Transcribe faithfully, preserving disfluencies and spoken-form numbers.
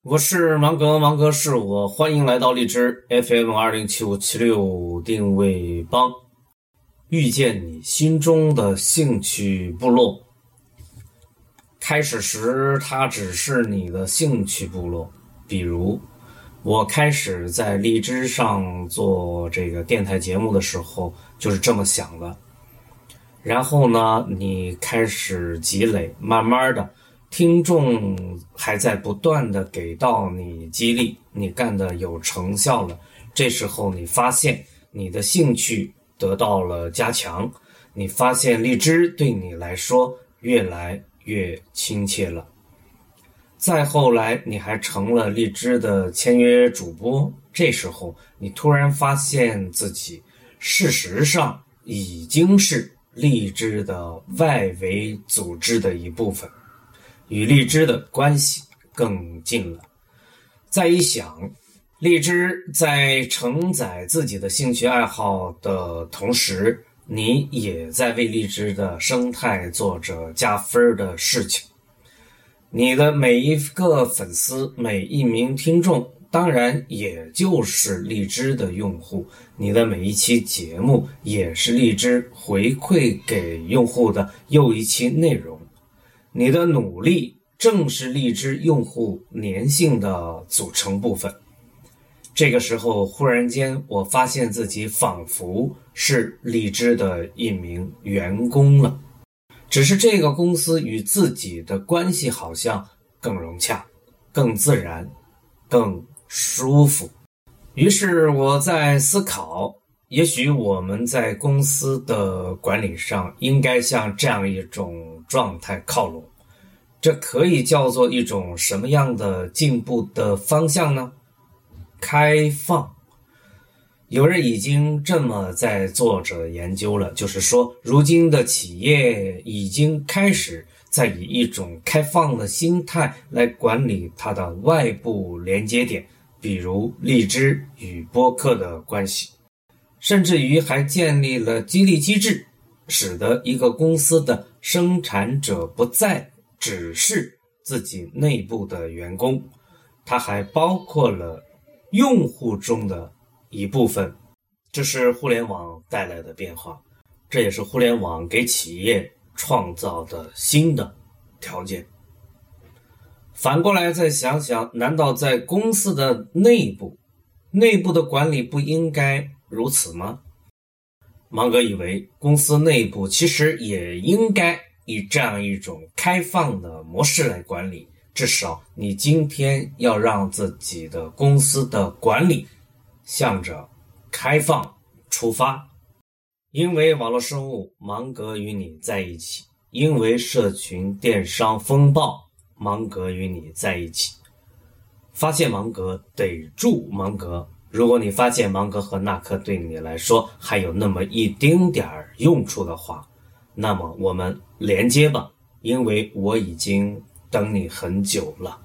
我是芒格，芒格是我，欢迎来到荔枝 F M 二零七五七六定位帮，遇见你心中的兴趣部落。开始时它只是你的兴趣部落，比如我开始在荔枝上做这个电台节目的时候就是这么想的。然后呢，你开始积累，慢慢的听众还在不断的给到你激励，你干的有成效了，这时候你发现你的兴趣得到了加强，你发现荔枝对你来说越来越亲切了。再后来你还成了荔枝的签约主播，这时候你突然发现自己事实上已经是荔枝的外围组织的一部分，与荔枝的关系更近了。再一想，荔枝在承载自己的兴趣爱好的同时，你也在为荔枝的生态做着加分的事情。你的每一个粉丝，每一名听众，当然也就是荔枝的用户，你的每一期节目也是荔枝回馈给用户的又一期内容。你的努力正是荔枝用户粘性的组成部分。这个时候忽然间我发现自己仿佛是荔枝的一名员工了，只是这个公司与自己的关系好像更融洽，更自然，更舒服。于是我在思考，也许我们在公司的管理上应该向这样一种状态靠拢。这可以叫做一种什么样的进步的方向呢？开放。有人已经这么在做着研究了，就是说如今的企业已经开始在以一种开放的心态来管理它的外部连接点，比如荔枝与播客的关系，甚至于还建立了激励机制，使得一个公司的生产者不再只是自己内部的员工，它还包括了用户中的一部分。这是互联网带来的变化，这也是互联网给企业创造的新的条件。反过来再想想，难道在公司的内部，内部的管理不应该如此吗？芒格以为公司内部其实也应该以这样一种开放的模式来管理，至少你今天要让自己的公司的管理向着开放出发。因为网络生物，芒格与你在一起；因为社群电商风暴，芒格与你在一起。发现芒格，逮住芒格。如果你发现芒格和纳克对你来说还有那么一丁点儿用处的话，那么我们连接吧，因为我已经等你很久了。